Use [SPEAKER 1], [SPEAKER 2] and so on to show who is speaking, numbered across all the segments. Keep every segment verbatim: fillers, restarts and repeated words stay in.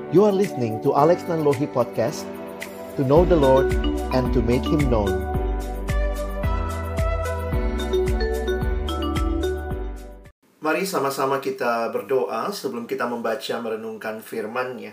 [SPEAKER 1] You are listening to Alex Nanlohi Podcast, to know the Lord and to make Him known. Mari sama-sama kita berdoa sebelum kita membaca merenungkan firman-Nya.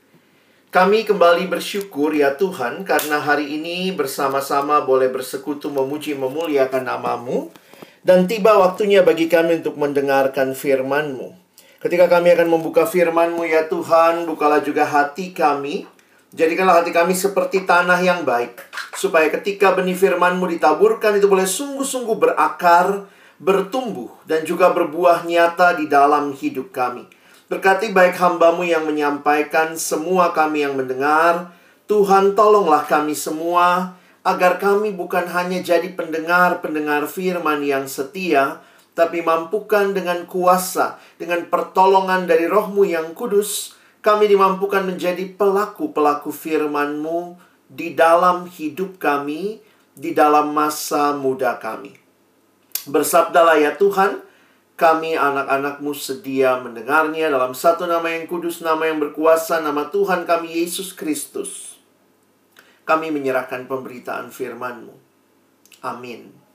[SPEAKER 1] Kami kembali bersyukur ya Tuhan, karena hari ini bersama-sama boleh bersekutu memuji memuliakan nama-Mu, dan tiba waktunya bagi kami untuk mendengarkan firman-Mu. Ketika kami akan membuka firman-Mu ya Tuhan, bukalah juga hati kami. Jadikanlah hati kami seperti tanah yang baik, supaya ketika benih firman-Mu ditaburkan, itu boleh sungguh-sungguh berakar, bertumbuh, dan juga berbuah nyata di dalam hidup kami. Berkati baik hamba-Mu yang menyampaikan, semua kami yang mendengar. Tuhan, tolonglah kami semua, agar kami bukan hanya jadi pendengar-pendengar firman yang setia, tapi mampukan dengan kuasa, dengan pertolongan dari Roh-Mu yang kudus, kami dimampukan menjadi pelaku-pelaku firman-Mu di dalam hidup kami, di dalam masa muda kami. Bersabdalah ya Tuhan, kami anak-anak-Mu sedia mendengarnya dalam satu nama yang kudus, nama yang berkuasa, nama Tuhan kami Yesus Kristus. Kami menyerahkan pemberitaan firman-Mu. Amin.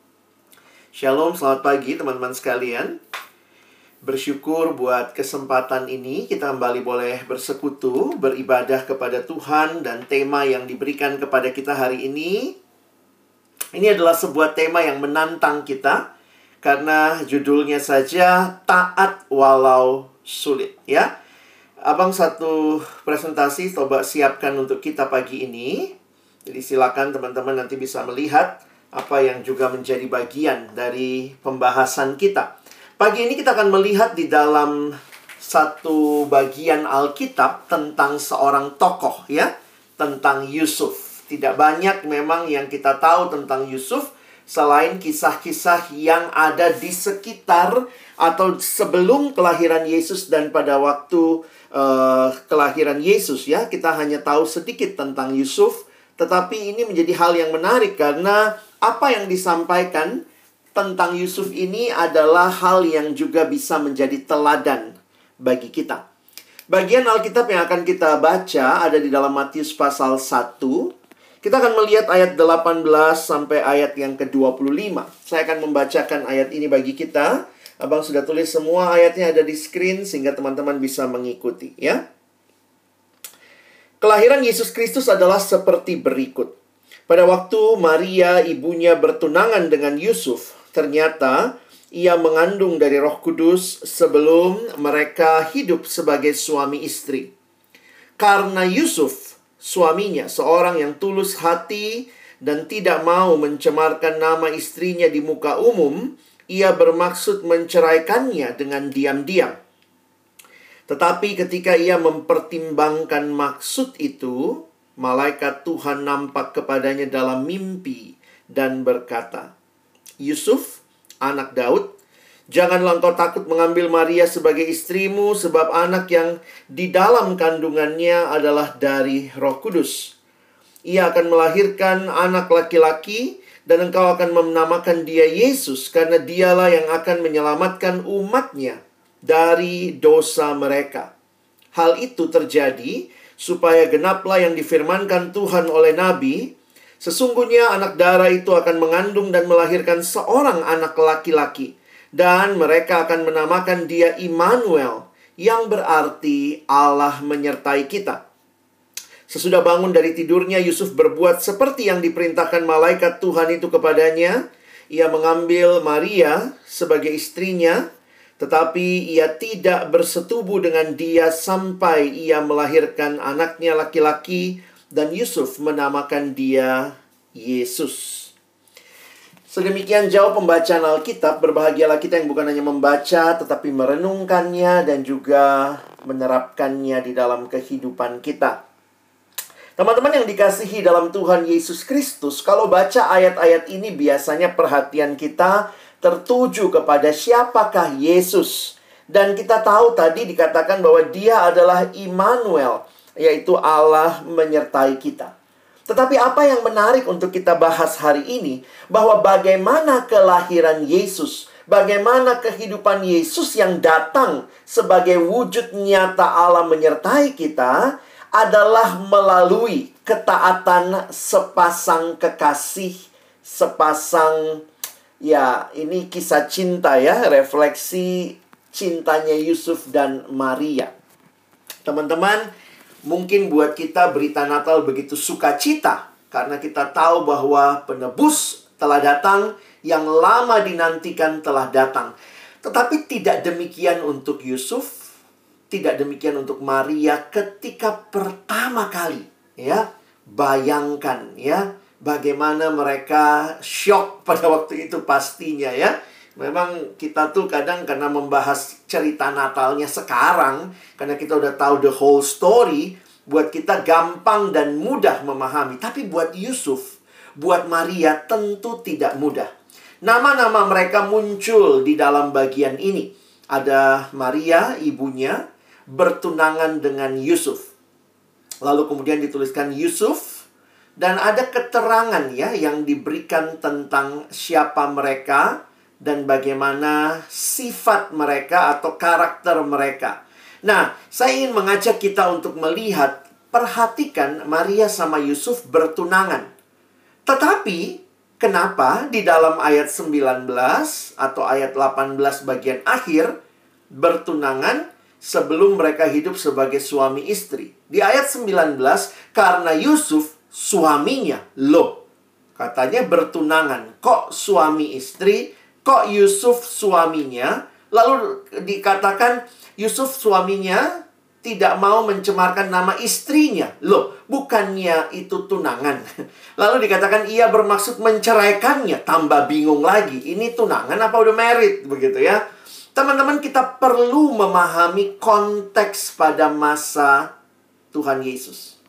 [SPEAKER 1] Shalom, selamat pagi teman-teman sekalian. Bersyukur buat kesempatan ini kita kembali boleh bersekutu, beribadah kepada Tuhan, dan tema yang diberikan kepada kita hari ini, ini adalah sebuah tema yang menantang kita, karena judulnya saja taat walau sulit, ya. Abang satu presentasi coba siapkan untuk kita pagi ini. Jadi silakan teman-teman nanti bisa melihat apa yang juga menjadi bagian dari pembahasan kita. Pagi ini kita akan melihat di dalam satu bagian Alkitab tentang seorang tokoh, ya, tentang Yusuf. Tidak banyak memang yang kita tahu tentang Yusuf selain kisah-kisah yang ada di sekitar atau sebelum kelahiran Yesus dan pada waktu uh, kelahiran Yesus, ya. Kita hanya tahu sedikit tentang Yusuf, tetapi ini menjadi hal yang menarik karena apa yang disampaikan tentang Yusuf ini adalah hal yang juga bisa menjadi teladan bagi kita. Bagian Alkitab yang akan kita baca ada di dalam Matius pasal satu. Kita akan melihat ayat delapan belas sampai ayat yang ke dua puluh lima. Saya akan membacakan ayat ini bagi kita. Abang sudah tulis semua ayatnya ada di screen sehingga teman-teman bisa mengikuti, ya. Kelahiran Yesus Kristus adalah seperti berikut. Pada waktu Maria ibunya bertunangan dengan Yusuf, ternyata ia mengandung dari Roh Kudus sebelum mereka hidup sebagai suami istri. Karena Yusuf, suaminya, seorang yang tulus hati dan tidak mau mencemarkan nama istrinya di muka umum, ia bermaksud menceraikannya dengan diam-diam. Tetapi ketika ia mempertimbangkan maksud itu, malaikat Tuhan nampak kepadanya dalam mimpi dan berkata, "Yusuf, anak Daud, janganlah engkau takut mengambil Maria sebagai istrimu, sebab anak yang di dalam kandungannya adalah dari Roh Kudus. Ia akan melahirkan anak laki-laki, dan engkau akan menamakan dia Yesus, karena dialah yang akan menyelamatkan umatnya dari dosa mereka." Hal itu terjadi supaya genaplah yang difirmankan Tuhan oleh Nabi, "Sesungguhnya anak darah itu akan mengandung dan melahirkan seorang anak laki-laki, dan mereka akan menamakan dia Immanuel, yang berarti Allah menyertai kita." Sesudah bangun dari tidurnya, Yusuf berbuat seperti yang diperintahkan malaikat Tuhan itu kepadanya. Ia mengambil Maria sebagai istrinya, tetapi ia tidak bersetubuh dengan dia sampai ia melahirkan anaknya laki-laki, dan Yusuf menamakan dia Yesus. Sedemikian jauh pembacaan Alkitab. Berbahagialah kita yang bukan hanya membaca, tetapi merenungkannya dan juga menerapkannya di dalam kehidupan kita. Teman-teman yang dikasihi dalam Tuhan Yesus Kristus, kalau baca ayat-ayat ini biasanya perhatian kita tertuju kepada siapakah Yesus. Dan kita tahu tadi dikatakan bahwa dia adalah Immanuel, yaitu Allah menyertai kita. Tetapi apa yang menarik untuk kita bahas hari ini, bahwa bagaimana kelahiran Yesus, bagaimana kehidupan Yesus yang datang sebagai wujud nyata Allah menyertai kita adalah melalui ketaatan sepasang kekasih, sepasang, ya ini kisah cinta ya, refleksi cintanya Yusuf dan Maria. Teman-teman, mungkin buat kita berita Natal begitu sukacita karena kita tahu bahwa penebus telah datang, yang lama dinantikan telah datang. Tetapi tidak demikian untuk Yusuf, tidak demikian untuk Maria ketika pertama kali, ya. Bayangkan ya, bagaimana mereka shock pada waktu itu pastinya ya. Memang kita tuh kadang karena membahas cerita Natalnya sekarang, karena kita udah tahu the whole story, buat kita gampang dan mudah memahami. Tapi buat Yusuf, buat Maria tentu tidak mudah. Nama-nama mereka muncul di dalam bagian ini. Ada Maria, ibunya, bertunangan dengan Yusuf. Lalu kemudian dituliskan Yusuf. Dan ada keterangan ya yang diberikan tentang siapa mereka dan bagaimana sifat mereka atau karakter mereka. Nah, saya ingin mengajak kita untuk melihat, perhatikan Maria sama Yusuf bertunangan. Tetapi kenapa di dalam ayat sembilan belas atau ayat delapan belas bagian akhir bertunangan sebelum mereka hidup sebagai suami istri? Di ayat sembilan belas, karena Yusuf suaminya. Loh, katanya bertunangan. Kok suami istri? Kok Yusuf suaminya? Lalu dikatakan Yusuf suaminya tidak mau mencemarkan nama istrinya. Loh, bukannya itu tunangan? Lalu dikatakan ia bermaksud menceraikannya. Tambah bingung lagi. Ini tunangan apa udah married? Begitu ya. Teman-teman, kita perlu memahami konteks pada masa Tuhan Yesus.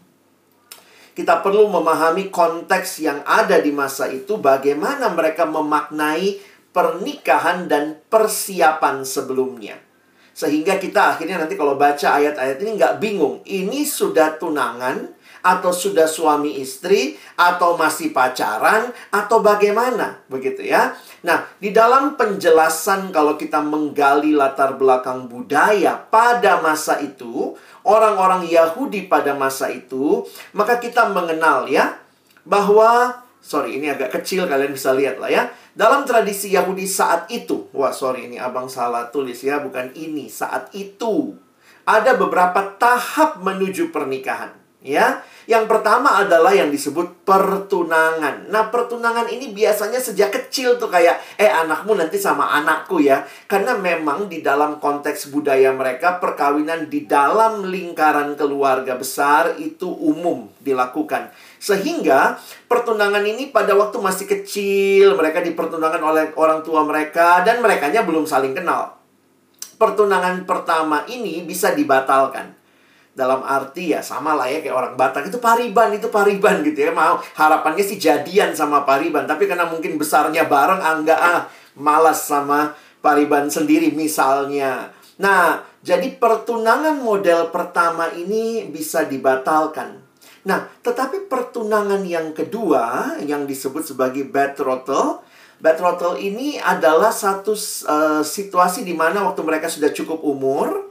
[SPEAKER 1] Kita perlu memahami konteks yang ada di masa itu. Bagaimana mereka memaknai pernikahan dan persiapan sebelumnya. Sehingga kita akhirnya nanti kalau baca ayat-ayat ini nggak bingung. Ini sudah tunangan, atau sudah suami istri, atau masih pacaran, atau bagaimana. Begitu ya. Nah, di dalam penjelasan kalau kita menggali latar belakang budaya pada masa itu, orang-orang Yahudi pada masa itu, maka kita mengenal ya, bahwa, sorry ini agak kecil kalian bisa lihat lah ya. Dalam tradisi Yahudi saat itu, wah sorry ini abang salah tulis ya, bukan ini, saat itu. Ada beberapa tahap menuju pernikahan, ya. Yang pertama adalah yang disebut pertunangan. Nah, pertunangan ini biasanya sejak kecil tuh kayak, eh anakmu nanti sama anakku ya. Karena memang di dalam konteks budaya mereka, perkawinan di dalam lingkaran keluarga besar itu umum dilakukan. Sehingga pertunangan ini pada waktu masih kecil, mereka dipertunangan oleh orang tua mereka, dan merekanya belum saling kenal. Pertunangan pertama ini bisa dibatalkan. Dalam arti ya sama lah ya kayak orang Batak, itu pariban, itu pariban gitu ya. Mau harapannya sih jadian sama pariban, tapi karena mungkin besarnya bareng, ah enggak ah, malas sama pariban sendiri misalnya. Nah, jadi pertunangan model pertama ini bisa dibatalkan. Nah, tetapi pertunangan yang kedua yang disebut sebagai betrothal, betrothal ini adalah satu uh, situasi di mana waktu mereka sudah cukup umur.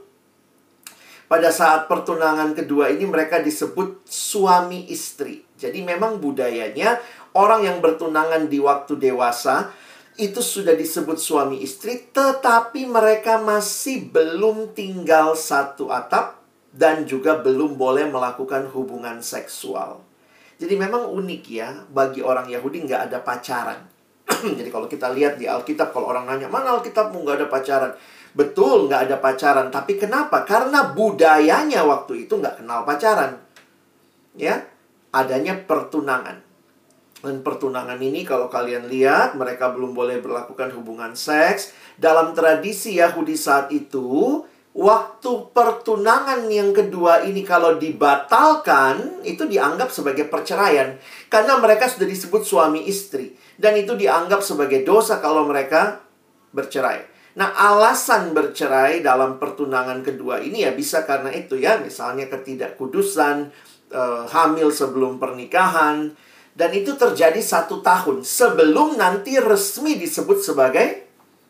[SPEAKER 1] Pada saat pertunangan kedua ini mereka disebut suami istri. Jadi memang budayanya orang yang bertunangan di waktu dewasa itu sudah disebut suami istri, tetapi mereka masih belum tinggal satu atap dan juga belum boleh melakukan hubungan seksual. Jadi memang unik ya, bagi orang Yahudi nggak ada pacaran. Jadi kalau kita lihat di Alkitab, kalau orang nanya, mana Alkitabmu nggak ada pacaran? Betul, nggak ada pacaran. Tapi kenapa? Karena budayanya waktu itu nggak kenal pacaran. Ya, adanya pertunangan. Dan pertunangan ini kalau kalian lihat, mereka belum boleh melakukan hubungan seks. Dalam tradisi Yahudi saat itu, waktu pertunangan yang kedua ini kalau dibatalkan, itu dianggap sebagai perceraian. Karena mereka sudah disebut suami istri. Dan itu dianggap sebagai dosa kalau mereka bercerai. Nah, alasan bercerai dalam pertunangan kedua ini ya bisa karena itu ya. Misalnya ketidakkudusan, eh, hamil sebelum pernikahan. Dan itu terjadi satu tahun sebelum nanti resmi disebut sebagai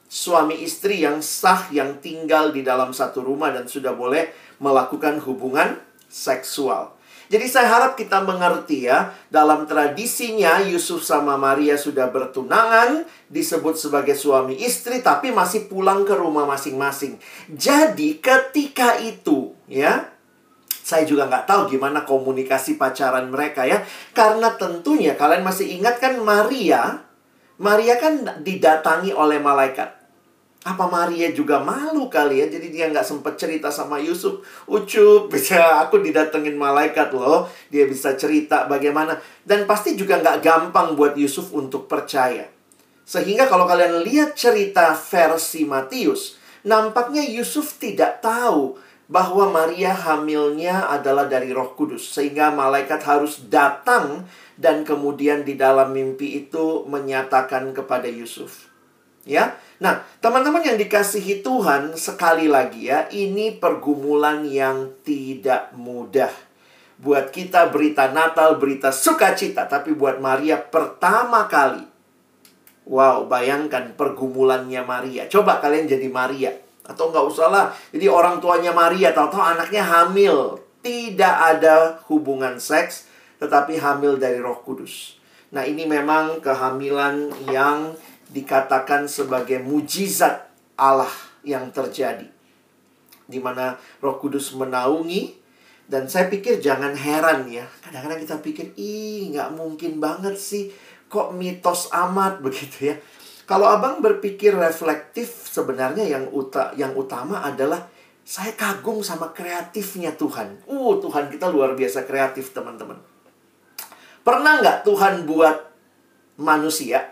[SPEAKER 1] suami istri yang sah, yang tinggal di dalam satu rumah dan sudah boleh melakukan hubungan seksual. Jadi saya harap kita mengerti ya, dalam tradisinya Yusuf sama Maria sudah bertunangan, disebut sebagai suami istri, tapi masih pulang ke rumah masing-masing. Jadi ketika itu ya, saya juga nggak tahu gimana komunikasi pacaran mereka ya. Karena tentunya kalian masih ingat kan Maria, Maria kan didatangi oleh malaikat. Apa Maria juga malu kali ya? Jadi dia nggak sempet cerita sama Yusuf. Ucup, bisa aku didatengin malaikat loh. Dia bisa cerita bagaimana. Dan pasti juga nggak gampang buat Yusuf untuk percaya. Sehingga kalau kalian lihat cerita versi Matius, nampaknya Yusuf tidak tahu bahwa Maria hamilnya adalah dari Roh Kudus. Sehingga malaikat harus datang dan kemudian di dalam mimpi itu menyatakan kepada Yusuf. Ya, nah teman-teman yang dikasihi Tuhan, sekali lagi ya, ini pergumulan yang tidak mudah. Buat kita berita Natal, berita sukacita, tapi buat Maria pertama kali. Wow, bayangkan pergumulannya Maria. Coba kalian jadi Maria. Atau nggak usah lah, jadi orang tuanya Maria, tahu-tahu anaknya hamil. Tidak ada hubungan seks, tetapi hamil dari Roh Kudus. Nah ini memang kehamilan yang dikatakan sebagai mujizat Allah yang terjadi, di mana Roh Kudus menaungi. Dan saya pikir jangan heran ya, kadang-kadang kita pikir, ih nggak mungkin banget sih, kok mitos amat begitu ya. Kalau abang berpikir reflektif, sebenarnya yang uta yang utama adalah saya kagum sama kreatifnya Tuhan. Uh, Tuhan kita luar biasa kreatif, teman-teman. Pernah nggak Tuhan buat manusia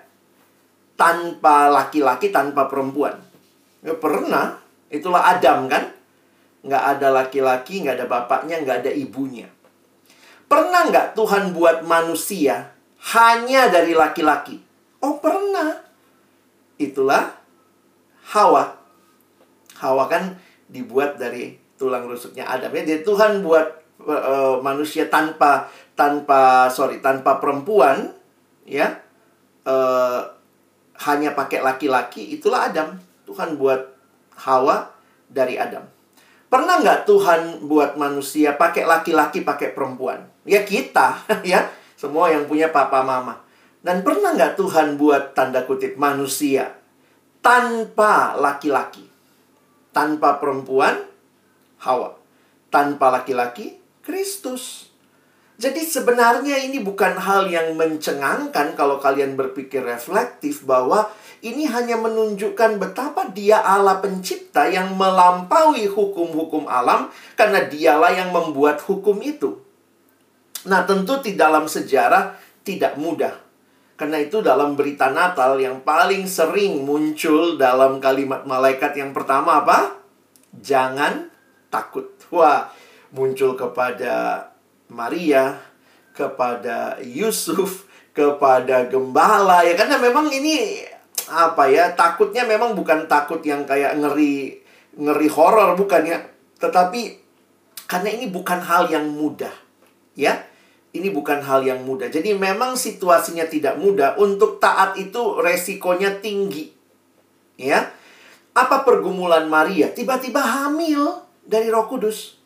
[SPEAKER 1] tanpa laki-laki, tanpa perempuan? Ya pernah. Itulah Adam kan. Nggak ada laki-laki, nggak ada bapaknya, nggak ada ibunya. Pernah nggak Tuhan buat manusia hanya dari laki-laki? Oh pernah. Itulah Hawa. Hawa kan dibuat dari tulang rusuknya Adam. Ya, jadi Tuhan buat uh, manusia tanpa tanpa sorry tanpa perempuan, ya. Uh, hanya pakai laki-laki, itulah Adam. Tuhan buat Hawa dari Adam. Pernah nggak Tuhan buat manusia pakai laki-laki, pakai perempuan? Ya kita, ya. Semua yang punya papa mama. Dan pernah nggak Tuhan buat tanda kutip manusia tanpa laki-laki? Tanpa perempuan, Hawa. Tanpa laki-laki, Kristus. Jadi sebenarnya ini bukan hal yang mencengangkan kalau kalian berpikir reflektif, bahwa ini hanya menunjukkan betapa Dia Allah pencipta yang melampaui hukum-hukum alam, karena Dialah yang membuat hukum itu. Nah tentu di dalam sejarah tidak mudah. Karena itu dalam berita Natal yang paling sering muncul dalam kalimat malaikat yang pertama apa? Jangan takut. Wah, muncul kepada Maria, kepada Yusuf, kepada gembala ya, karena memang ini apa ya, takutnya memang bukan takut yang kayak ngeri ngeri horor, bukan ya, tetapi karena ini bukan hal yang mudah ya, ini bukan hal yang mudah. Jadi memang situasinya tidak mudah. Untuk taat itu resikonya tinggi ya. Apa pergumulan Maria? Tiba-tiba hamil dari Roh Kudus.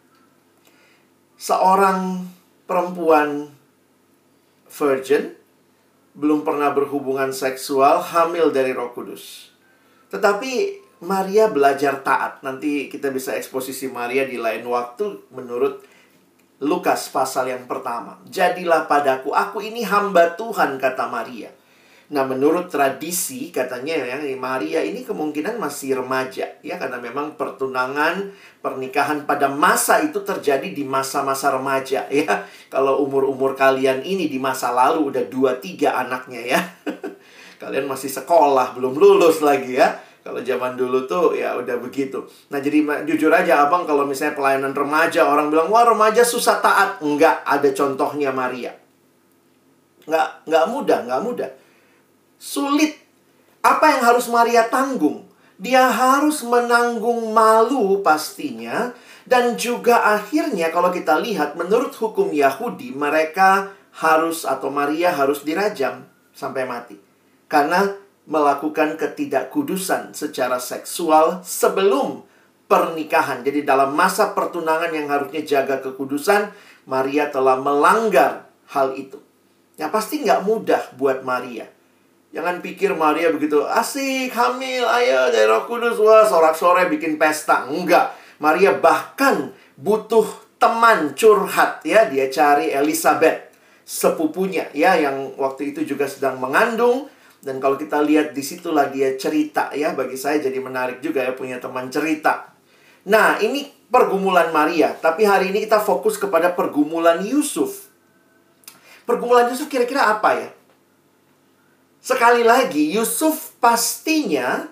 [SPEAKER 1] Seorang perempuan virgin, belum pernah berhubungan seksual, hamil dari Roh Kudus. Tetapi Maria belajar taat. Nanti kita bisa eksposisi Maria di lain waktu menurut Lukas pasal yang pertama. Jadilah padaku, aku ini hamba Tuhan, kata Maria. Nah, menurut tradisi katanya ya, Maria ini kemungkinan masih remaja ya, karena memang pertunangan, pernikahan pada masa itu terjadi di masa-masa remaja ya. Kalau umur-umur kalian ini di masa lalu udah dua tiga anaknya ya. Kalian masih sekolah, belum lulus lagi ya. Kalau zaman dulu tuh ya udah begitu. Nah, jadi jujur aja abang, kalau misalnya pelayanan remaja, orang bilang, wah remaja susah taat. Enggak, ada contohnya Maria. Enggak, enggak mudah, enggak mudah. Sulit. Apa yang harus Maria tanggung? Dia harus menanggung malu pastinya. Dan juga akhirnya kalau kita lihat, menurut hukum Yahudi, mereka harus, atau Maria harus dirajam sampai mati. Karena melakukan ketidakkudusan secara seksual sebelum pernikahan. Jadi dalam masa pertunangan yang harusnya jaga kekudusan, Maria telah melanggar hal itu. Ya pasti nggak mudah buat Maria. Jangan pikir Maria begitu, asik, hamil, ayo dari Roh Kudus, wah sorak-sorai bikin pesta. Enggak. Maria bahkan butuh teman curhat ya. Dia cari Elizabeth, sepupunya ya, yang waktu itu juga sedang mengandung. Dan kalau kita lihat disitulah dia cerita ya. Bagi saya jadi menarik juga ya punya teman cerita. Nah ini pergumulan Maria. Tapi hari ini kita fokus kepada pergumulan Yusuf. Pergumulan Yusuf kira-kira apa ya? Sekali lagi, Yusuf pastinya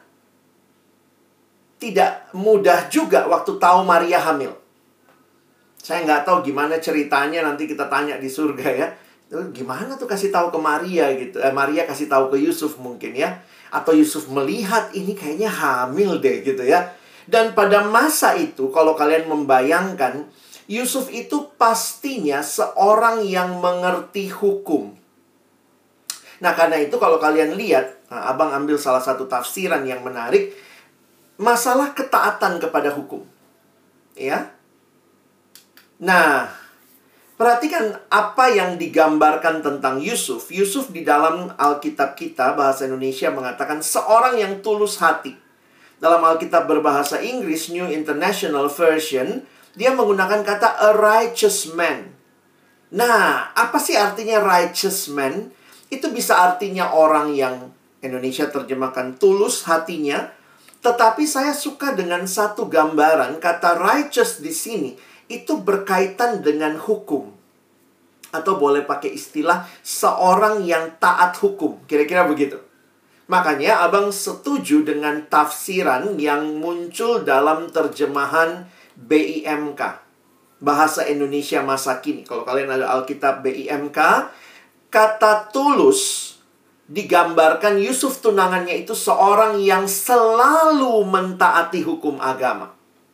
[SPEAKER 1] tidak mudah juga waktu tahu Maria hamil. Saya nggak tahu gimana ceritanya, nanti kita tanya di surga ya. Gimana tuh kasih tahu ke Maria gitu. Eh, Maria kasih tahu ke Yusuf mungkin ya. Atau Yusuf melihat ini kayaknya hamil deh gitu ya. Dan pada masa itu, kalau kalian membayangkan, Yusuf itu pastinya seorang yang mengerti hukum. Nah, karena itu kalau kalian lihat, nah, Abang ambil salah satu tafsiran yang menarik, masalah ketaatan kepada hukum. Ya. Nah, perhatikan apa yang digambarkan tentang Yusuf. Yusuf di dalam Alkitab kita, bahasa Indonesia mengatakan seorang yang tulus hati. Dalam Alkitab berbahasa Inggris, New International Version, dia menggunakan kata a righteous man. Nah, apa sih artinya righteous man? Itu bisa artinya orang yang Indonesia terjemahkan tulus hatinya. Tetapi saya suka dengan satu gambaran, kata righteous di sini itu berkaitan dengan hukum. Atau boleh pakai istilah seorang yang taat hukum. Kira-kira begitu. Makanya abang setuju dengan tafsiran yang muncul dalam terjemahan B I M K. Bahasa Indonesia masa kini. Kalau kalian ada Alkitab B I M K, kata tulus digambarkan Yusuf tunangannya itu seorang yang selalu mentaati hukum agama.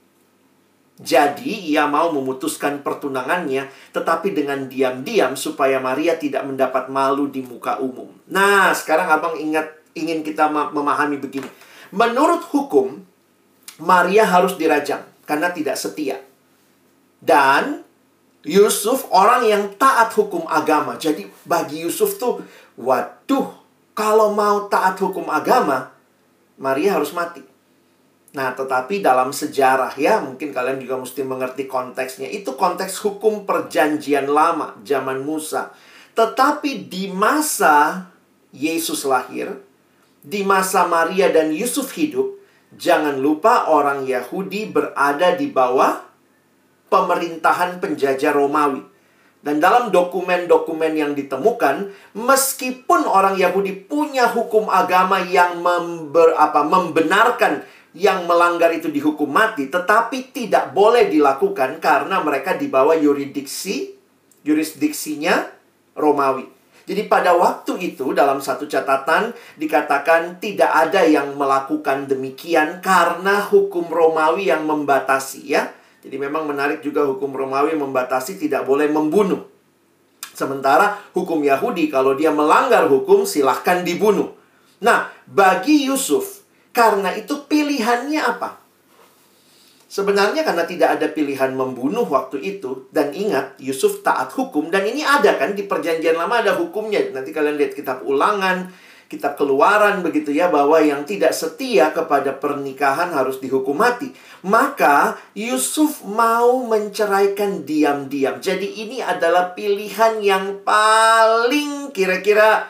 [SPEAKER 1] Jadi ia mau memutuskan pertunangannya, tetapi dengan diam-diam supaya Maria tidak mendapat malu di muka umum. Nah, sekarang abang ingat ingin kita memahami begini. Menurut hukum, Maria harus dirajam karena tidak setia. Dan Yusuf orang yang taat hukum agama. Jadi bagi Yusuf tuh, waduh, kalau mau taat hukum agama, Maria harus mati. Nah, tetapi dalam sejarah ya, mungkin kalian juga mesti mengerti konteksnya. Itu konteks hukum perjanjian lama, zaman Musa. Tetapi di masa Yesus lahir, di masa Maria dan Yusuf hidup, jangan lupa orang Yahudi berada di bawah pemerintahan penjajah Romawi. Dan dalam dokumen-dokumen yang ditemukan, meskipun orang Yahudi punya hukum agama yang member, apa, membenarkan yang melanggar itu dihukum mati, tetapi tidak boleh dilakukan karena mereka di bawah yurisdiksi, yurisdiksinya Romawi. Jadi pada waktu itu dalam satu catatan dikatakan tidak ada yang melakukan demikian karena hukum Romawi yang membatasi ya. Jadi memang menarik juga hukum Romawi membatasi tidak boleh membunuh. Sementara hukum Yahudi kalau dia melanggar hukum silahkan dibunuh. Nah, bagi Yusuf, karena itu pilihannya apa? Sebenarnya karena tidak ada pilihan membunuh waktu itu. Dan ingat, Yusuf taat hukum. Dan ini ada kan di perjanjian lama ada hukumnya. Nanti kalian lihat kitab Ulangan, kitab Keluaran begitu ya. Bahwa yang tidak setia kepada pernikahan harus dihukum mati. Maka Yusuf mau menceraikan diam-diam. Jadi ini adalah pilihan yang paling kira-kira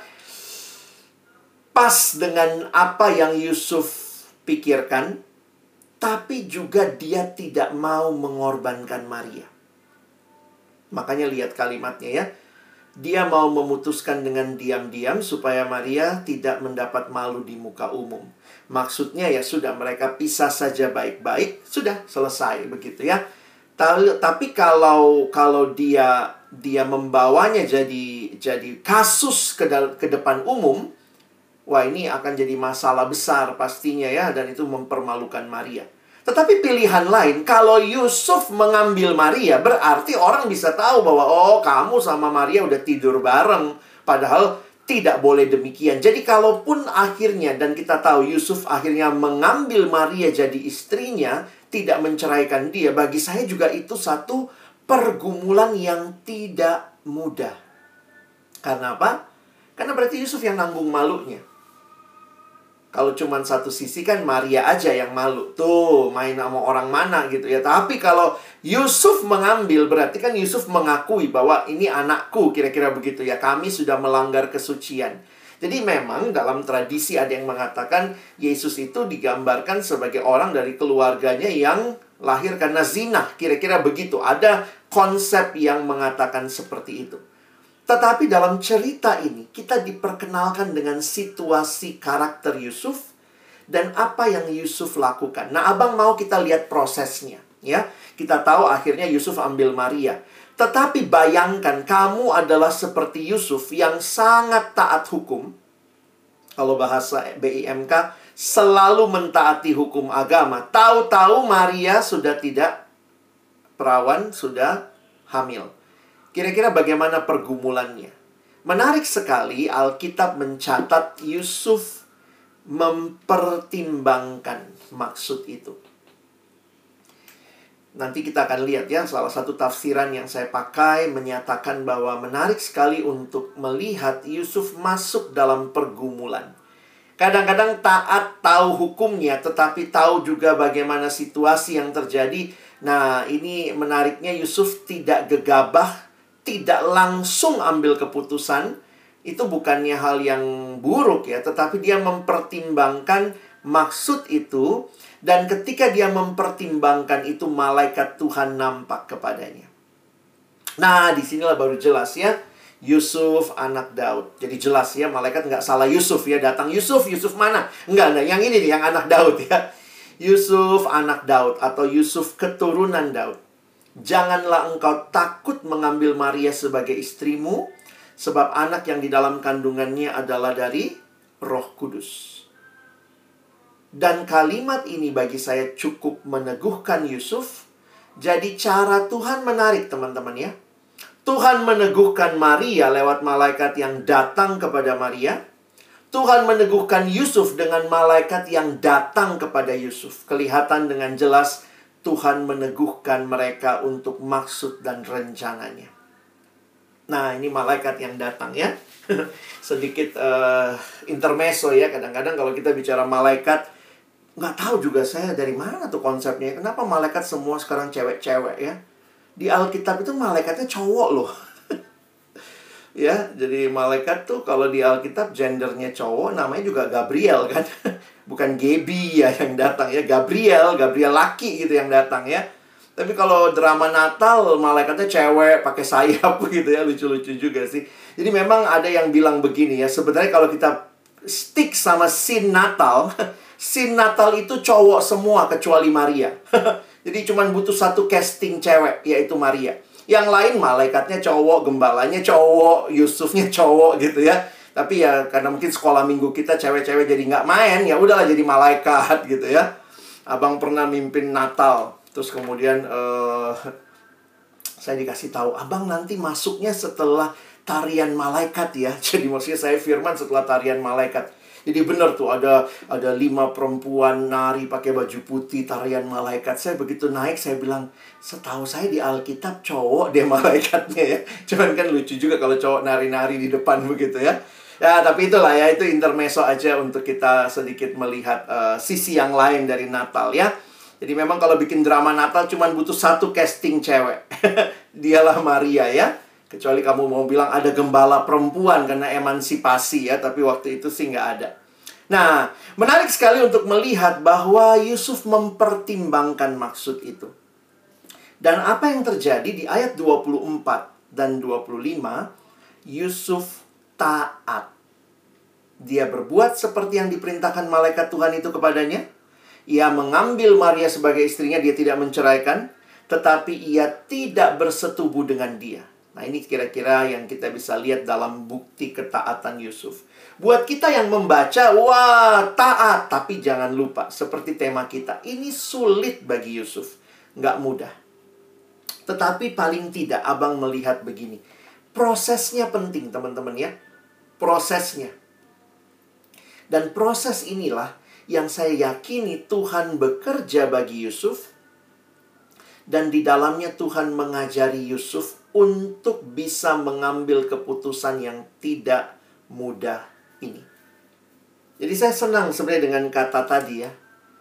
[SPEAKER 1] pas dengan apa yang Yusuf pikirkan. Tapi juga dia tidak mau mengorbankan Maria. Makanya lihat kalimatnya ya. Dia mau memutuskan dengan diam-diam supaya Maria tidak mendapat malu di muka umum. Maksudnya ya sudah, mereka pisah saja baik-baik, sudah selesai begitu ya. Tapi kalau kalau dia dia membawanya jadi jadi kasus ke, ke depan umum, wah ini akan jadi masalah besar pastinya ya. Dan itu mempermalukan Maria. Tetapi pilihan lain, kalau Yusuf mengambil Maria, berarti orang bisa tahu bahwa oh kamu sama Maria udah tidur bareng. Padahal Tidak boleh demikian. Jadi kalaupun akhirnya, dan kita tahu Yusuf akhirnya mengambil Maria jadi istrinya, tidak menceraikan dia, bagi saya juga itu satu pergumulan yang tidak mudah. Karena apa? Karena berarti Yusuf yang nanggung malunya. Kalau cuma satu sisi kan Maria aja yang malu. Tuh, main sama orang mana gitu ya. Tapi kalau Yusuf mengambil, berarti kan Yusuf mengakui bahwa ini anakku, kira-kira begitu ya. Kami sudah melanggar kesucian. Jadi memang dalam tradisi ada yang mengatakan Yesus itu digambarkan sebagai orang dari keluarganya yang lahir karena zina. Kira-kira begitu. Ada konsep yang mengatakan seperti itu. Tetapi dalam cerita ini, kita diperkenalkan dengan situasi karakter Yusuf dan apa yang Yusuf lakukan. Nah, abang mau kita lihat prosesnya. Ya, kita tahu akhirnya Yusuf ambil Maria. Tetapi bayangkan, kamu adalah seperti Yusuf yang sangat taat hukum. Kalau bahasa B I M K, selalu mentaati hukum agama. Tahu-tahu Maria sudah tidak perawan, sudah hamil. Kira-kira bagaimana pergumulannya? Menarik sekali, Alkitab mencatat Yusuf mempertimbangkan maksud itu. Nanti kita akan lihat ya, salah satu tafsiran yang saya pakai menyatakan bahwa menarik sekali untuk melihat Yusuf masuk dalam pergumulan. Kadang-kadang taat, tahu hukumnya, tetapi tahu juga bagaimana situasi yang terjadi. Nah, ini menariknya, Yusuf tidak gegabah, tidak langsung ambil keputusan. Itu bukannya hal yang buruk ya, tetapi dia mempertimbangkan maksud itu. Dan ketika dia mempertimbangkan itu, malaikat Tuhan nampak kepadanya. Nah, disinilah baru jelas ya, Yusuf anak Daud. Jadi jelas ya, malaikat nggak salah Yusuf ya. Datang, Yusuf, Yusuf mana? Enggak, enggak, yang ini nih, yang anak Daud ya. Yusuf anak Daud atau Yusuf keturunan Daud. Janganlah engkau takut mengambil Maria sebagai istrimu, sebab anak yang di dalam kandungannya adalah dari Roh Kudus. Dan kalimat ini bagi saya cukup meneguhkan Yusuf. Jadi cara Tuhan menarik teman-teman ya. Tuhan meneguhkan Maria lewat malaikat yang datang kepada Maria. Tuhan meneguhkan Yusuf dengan malaikat yang datang kepada Yusuf. Kelihatan dengan jelas Tuhan meneguhkan mereka untuk maksud dan rencananya. Nah, ini malaikat yang datang ya. Sedikit uh, intermezzo ya. Kadang-kadang kalau kita bicara malaikat, nggak tahu juga saya dari mana tuh konsepnya. Kenapa malaikat semua sekarang cewek-cewek ya? Di Alkitab itu malaikatnya cowok loh. Ya, jadi malaikat tuh kalau di Alkitab gendernya cowok, namanya juga Gabriel kan. Bukan Gaby ya yang datang ya, Gabriel, Gabriel laki gitu yang datang ya. Tapi kalau drama Natal, malaikatnya cewek, pakai sayap gitu ya, lucu-lucu juga sih. Jadi memang ada yang bilang begini ya, sebenarnya kalau kita stick sama scene Natal, scene Natal itu cowok semua kecuali Maria. Jadi cuma butuh satu casting cewek, yaitu Maria. Yang lain malaikatnya cowok, gembalanya cowok, Yusufnya cowok gitu ya. Tapi ya karena mungkin sekolah minggu kita cewek-cewek jadi nggak main, ya udahlah jadi malaikat gitu ya. Abang pernah mimpin Natal, terus kemudian uh, saya dikasih tahu, abang nanti masuknya setelah tarian malaikat ya. Jadi maksudnya saya firman setelah tarian malaikat. Jadi benar tuh ada ada lima perempuan nari pakai baju putih tarian malaikat. Saya begitu naik saya bilang, setahu saya di Alkitab cowok deh malaikatnya ya. Cuman kan lucu juga kalau cowok nari-nari di depan begitu ya. Ya tapi itulah ya, itu intermezzo aja untuk kita sedikit melihat uh, sisi yang lain dari Natal ya. Jadi memang kalau bikin drama Natal cuman butuh satu casting cewek. Dialah Maria ya. Kecuali kamu mau bilang ada gembala perempuan karena emansipasi ya. Tapi waktu itu sih nggak ada. Nah, menarik sekali untuk melihat bahwa Yusuf mempertimbangkan maksud itu. Dan apa yang terjadi di ayat dua puluh empat dan dua puluh lima, Yusuf taat. Dia berbuat seperti yang diperintahkan malaikat Tuhan itu kepadanya. Ia mengambil Maria sebagai istrinya, dia tidak menceraikan. Tetapi ia tidak bersetubuh dengan dia. Nah ini kira-kira yang kita bisa lihat dalam bukti ketaatan Yusuf. Buat kita yang membaca, wah taat. Tapi jangan lupa, seperti tema kita, ini sulit bagi Yusuf. Nggak mudah. Tetapi paling tidak abang melihat begini. Prosesnya penting teman-teman ya. prosesnya. Dan proses inilah yang saya yakini Tuhan bekerja bagi Yusuf. Dan di dalamnya Tuhan mengajari Yusuf untuk bisa mengambil keputusan yang tidak mudah ini. Jadi saya senang sebenarnya dengan kata tadi ya.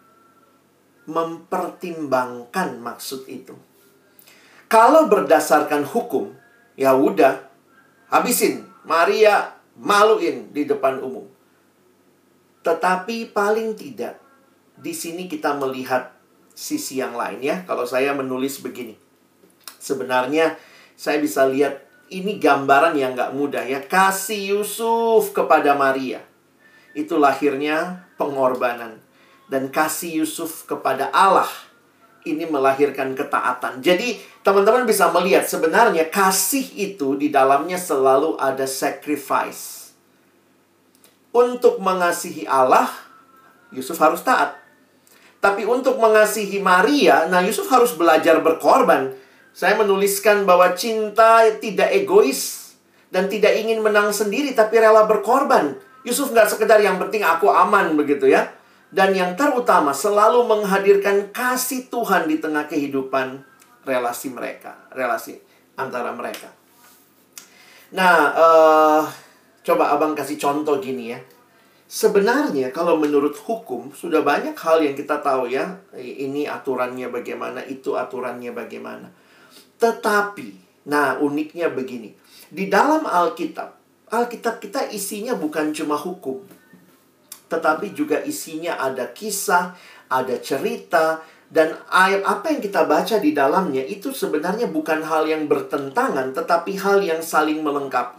[SPEAKER 1] Mempertimbangkan maksud itu. Kalau berdasarkan hukum, ya udah, habisin, Maria maluin di depan umum. Tetapi paling tidak, di sini kita melihat sisi yang lain ya. Kalau saya menulis begini, sebenarnya saya bisa lihat ini gambaran yang gak mudah ya. Kasih Yusuf kepada Maria, itu lahirnya pengorbanan. Dan kasih Yusuf kepada Allah, ini melahirkan ketaatan. Jadi teman-teman bisa melihat sebenarnya kasih itu di dalamnya selalu ada sacrifice. Untuk mengasihi Allah, Yusuf harus taat. Tapi untuk mengasihi Maria, nah Yusuf harus belajar berkorban. Saya menuliskan bahwa cinta tidak egois dan tidak ingin menang sendiri, tapi rela berkorban. Yusuf nggak sekedar yang penting aku aman begitu ya. Dan yang terutama selalu menghadirkan kasih Tuhan di tengah kehidupan relasi mereka, relasi antara mereka. Nah, uh, coba abang kasih contoh gini ya. Sebenarnya kalau menurut hukum sudah banyak hal yang kita tahu ya. Ini aturannya bagaimana, itu aturannya bagaimana. Tetapi, nah uniknya begini. Di dalam Alkitab, Alkitab kita isinya bukan cuma hukum. Tetapi juga isinya ada kisah, ada cerita. Dan ayat apa yang kita baca di dalamnya itu sebenarnya bukan hal yang bertentangan, tetapi hal yang saling melengkapi.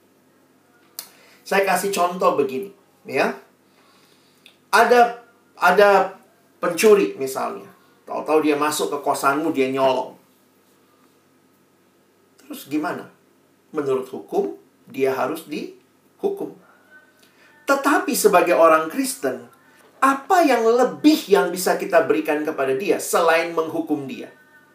[SPEAKER 1] Saya kasih contoh begini. Ya, ada ada pencuri misalnya, tahu-tahu dia masuk ke kosanmu, dia nyolong. Terus gimana? Menurut hukum dia harus dihukum. Tetapi sebagai orang Kristen, apa yang lebih yang bisa kita berikan kepada dia selain menghukum dia?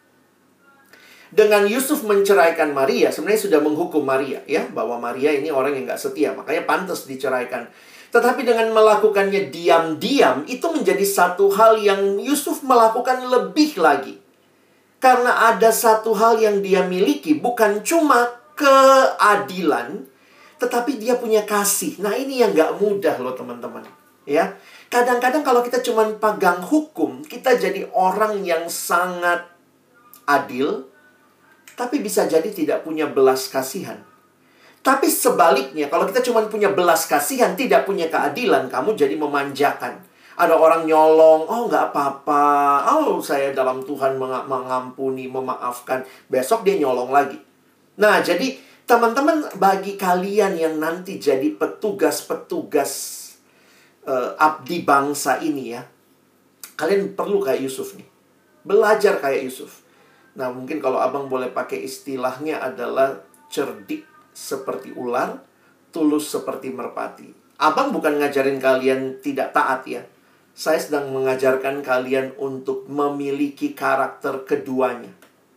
[SPEAKER 1] Dengan Yusuf menceraikan Maria, sebenarnya sudah menghukum Maria ya, bahwa Maria ini orang yang gak setia, makanya pantas diceraikan. Tetapi dengan melakukannya diam-diam, itu menjadi satu hal yang Yusuf melakukan lebih lagi. Karena ada satu hal yang dia miliki, bukan cuma keadilan, tetapi dia punya kasih. Nah ini yang gak mudah loh teman-teman. Ya, kadang-kadang kalau kita cuma pegang hukum, kita jadi orang yang sangat adil, tapi bisa jadi tidak punya belas kasihan. Tapi sebaliknya, kalau kita cuma punya belas kasihan, tidak punya keadilan, kamu jadi memanjakan. Ada orang nyolong, oh nggak apa-apa, oh saya dalam Tuhan mengampuni, memaafkan. Besok dia nyolong lagi. Nah, jadi teman-teman, bagi kalian yang nanti jadi petugas-petugas uh, abdi bangsa ini ya, kalian perlu kayak Yusuf nih. Belajar kayak Yusuf. Nah, mungkin kalau abang boleh pakai istilahnya adalah cerdik seperti ular, tulus seperti merpati. Abang bukan ngajarin kalian tidak taat ya. Saya sedang mengajarkan kalian untuk memiliki karakter keduanya.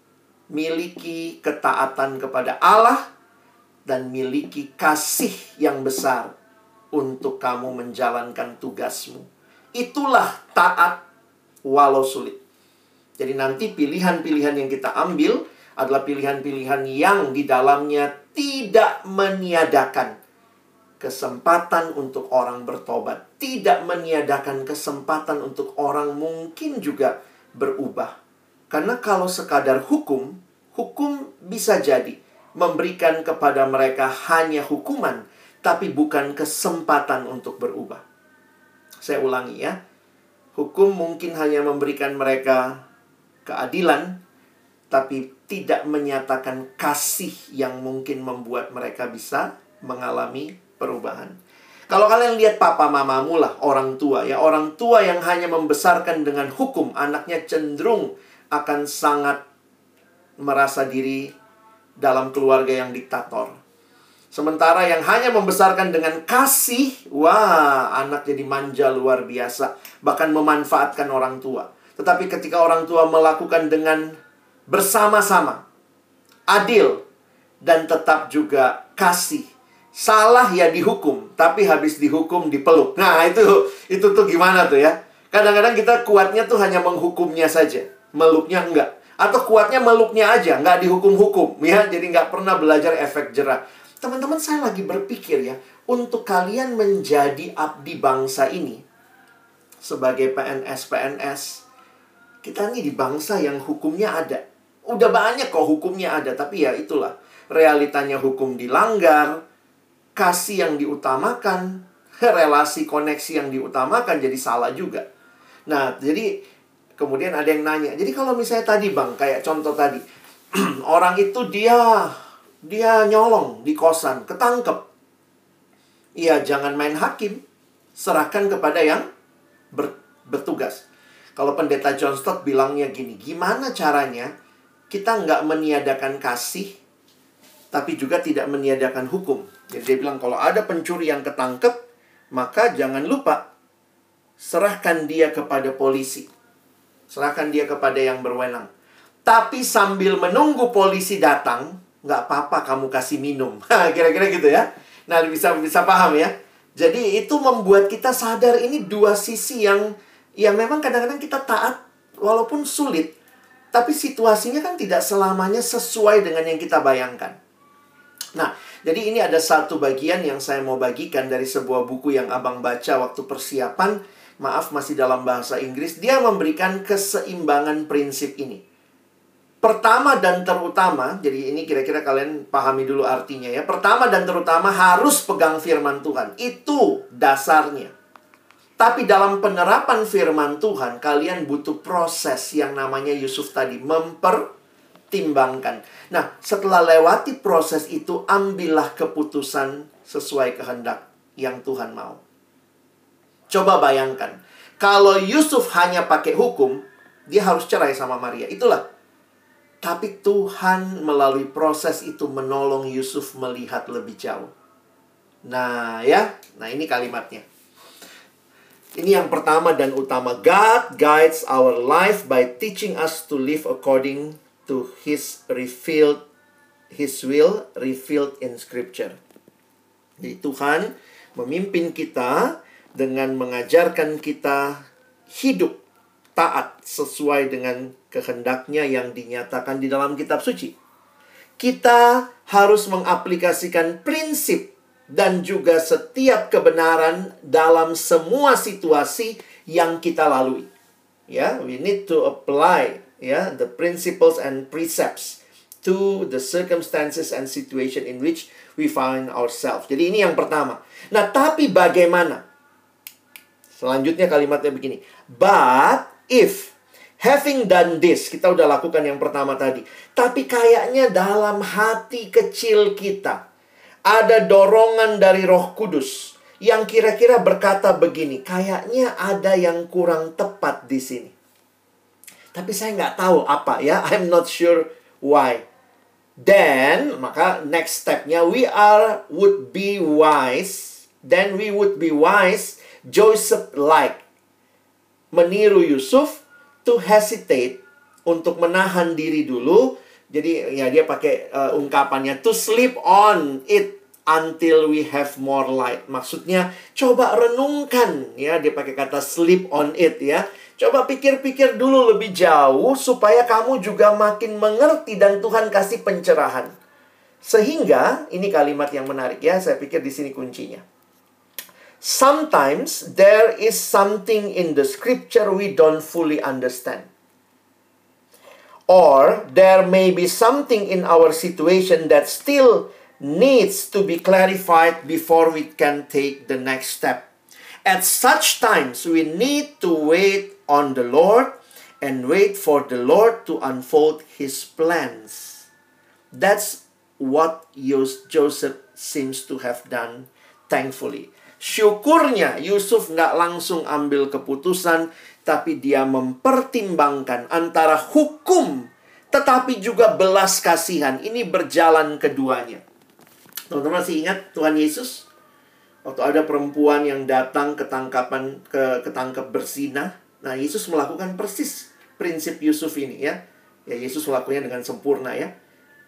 [SPEAKER 1] Miliki ketaatan kepada Allah dan miliki kasih yang besar untuk kamu menjalankan tugasmu. Itulah taat walau sulit. Jadi nanti pilihan-pilihan yang kita ambil adalah pilihan-pilihan yang di dalamnya tidak meniadakan kesempatan untuk orang bertobat. Tidak meniadakan kesempatan untuk orang mungkin juga berubah. Karena kalau sekadar hukum, hukum bisa jadi memberikan kepada mereka hanya hukuman, tapi bukan kesempatan untuk berubah. Saya ulangi ya. Hukum mungkin hanya memberikan mereka keadilan, tapi tidak menyatakan kasih yang mungkin membuat mereka bisa mengalami perubahan. Kalau kalian lihat papa mamamu lah, orang tua ya, orang tua yang hanya membesarkan dengan hukum, anaknya cenderung akan sangat merasa diri dalam keluarga yang diktator. Sementara yang hanya membesarkan dengan kasih, wah, anak jadi manja luar biasa, bahkan memanfaatkan orang tua. Tetapi ketika orang tua melakukan dengan bersama-sama, adil, dan tetap juga kasih, Salah ya dihukum, tapi habis dihukum dipeluk. Nah, itu itu tuh gimana tuh ya? Kadang-kadang kita kuatnya tuh hanya menghukumnya saja, meluknya enggak. Atau kuatnya meluknya aja, nggak dihukum-hukum ya. Jadi nggak pernah belajar efek jerah. Teman-teman, saya lagi berpikir ya, untuk kalian menjadi abdi bangsa ini sebagai P N S-P N S, kita ini di bangsa yang hukumnya ada. Udah banyak kok hukumnya ada, tapi ya itulah. Realitanya hukum dilanggar, kasih yang diutamakan, relasi koneksi yang diutamakan jadi salah juga. Nah, jadi kemudian ada yang nanya, jadi kalau misalnya tadi Bang, kayak contoh tadi, orang itu dia dia nyolong di kosan, ketangkep. Iya, jangan main hakim, serahkan kepada yang ber, bertugas. Kalau pendeta John Stott bilangnya gini, gimana caranya kita nggak meniadakan kasih, tapi juga tidak meniadakan hukum. Jadi dia bilang kalau ada pencuri yang ketangkep, maka jangan lupa serahkan dia kepada polisi. Serahkan dia kepada yang berwenang. Tapi sambil menunggu polisi datang, nggak apa-apa kamu kasih minum. Kira-kira gitu ya. Nah, bisa bisa paham ya. Jadi itu membuat kita sadar ini dua sisi yang ya memang kadang-kadang kita taat walaupun sulit. Tapi situasinya kan tidak selamanya sesuai dengan yang kita bayangkan. Nah, jadi ini ada satu bagian yang saya mau bagikan dari sebuah buku yang Abang baca waktu persiapan. Maaf, masih dalam bahasa Inggris. Dia memberikan keseimbangan prinsip ini. Pertama dan terutama, jadi ini kira-kira kalian pahami dulu artinya ya. Pertama dan terutama harus pegang firman Tuhan. Itu dasarnya. Tapi dalam penerapan firman Tuhan, kalian butuh proses yang namanya Yusuf tadi. Mempertimbangkan. Nah, setelah lewati proses itu, ambillah keputusan sesuai kehendak yang Tuhan mau. Coba bayangkan, kalau Yusuf hanya pakai hukum, dia harus cerai sama Maria. Itulah. Tapi Tuhan melalui proses itu menolong Yusuf melihat lebih jauh. Nah ya, nah ini kalimatnya. Ini yang pertama dan utama. God guides our life by teaching us to live according to His revealed, His will revealed in Scripture. Jadi Tuhan memimpin kita dengan mengajarkan kita hidup taat sesuai dengan kehendaknya yang dinyatakan di dalam kitab suci. Kita harus mengaplikasikan prinsip dan juga setiap kebenaran dalam semua situasi yang kita lalui. Ya, we need to apply ya the principles and precepts to the circumstances and situation in which we find ourselves. Jadi ini yang pertama. Nah, tapi bagaimana? Selanjutnya kalimatnya begini. But if having done this, kita udah lakukan yang pertama tadi. Tapi kayaknya dalam hati kecil kita ada dorongan dari Roh Kudus yang kira-kira berkata begini, kayaknya ada yang kurang tepat di sini. Tapi saya nggak tahu apa ya, I'm not sure why. Then, maka next stepnya, we are would be wise. Then we would be wise, Joseph-like, meniru Yusuf, to hesitate, untuk menahan diri dulu. Jadi ya dia pakai uh, ungkapannya to sleep on it until we have more light. Maksudnya coba renungkan ya, dia pakai kata sleep on it ya. Coba pikir-pikir dulu lebih jauh supaya kamu juga makin mengerti dan Tuhan kasih pencerahan. Sehingga ini kalimat yang menarik ya, saya pikir di sini kuncinya. Sometimes there is something in the scripture we don't fully understand. Or there may be something in our situation that still needs to be clarified before we can take the next step. At such times, we need to wait on the Lord and wait for the Lord to unfold His plans. That's what Joseph seems to have done, thankfully. Syukurnya Yusuf nggak langsung ambil keputusan, tapi dia mempertimbangkan antara hukum tetapi juga belas kasihan. Ini berjalan keduanya. Teman-teman masih ingat Tuhan Yesus? Waktu ada perempuan yang datang ketangkapan ke ketangkep berzina. Nah, Yesus melakukan persis prinsip Yusuf ini ya. Ya, Yesus melakukannya dengan sempurna ya.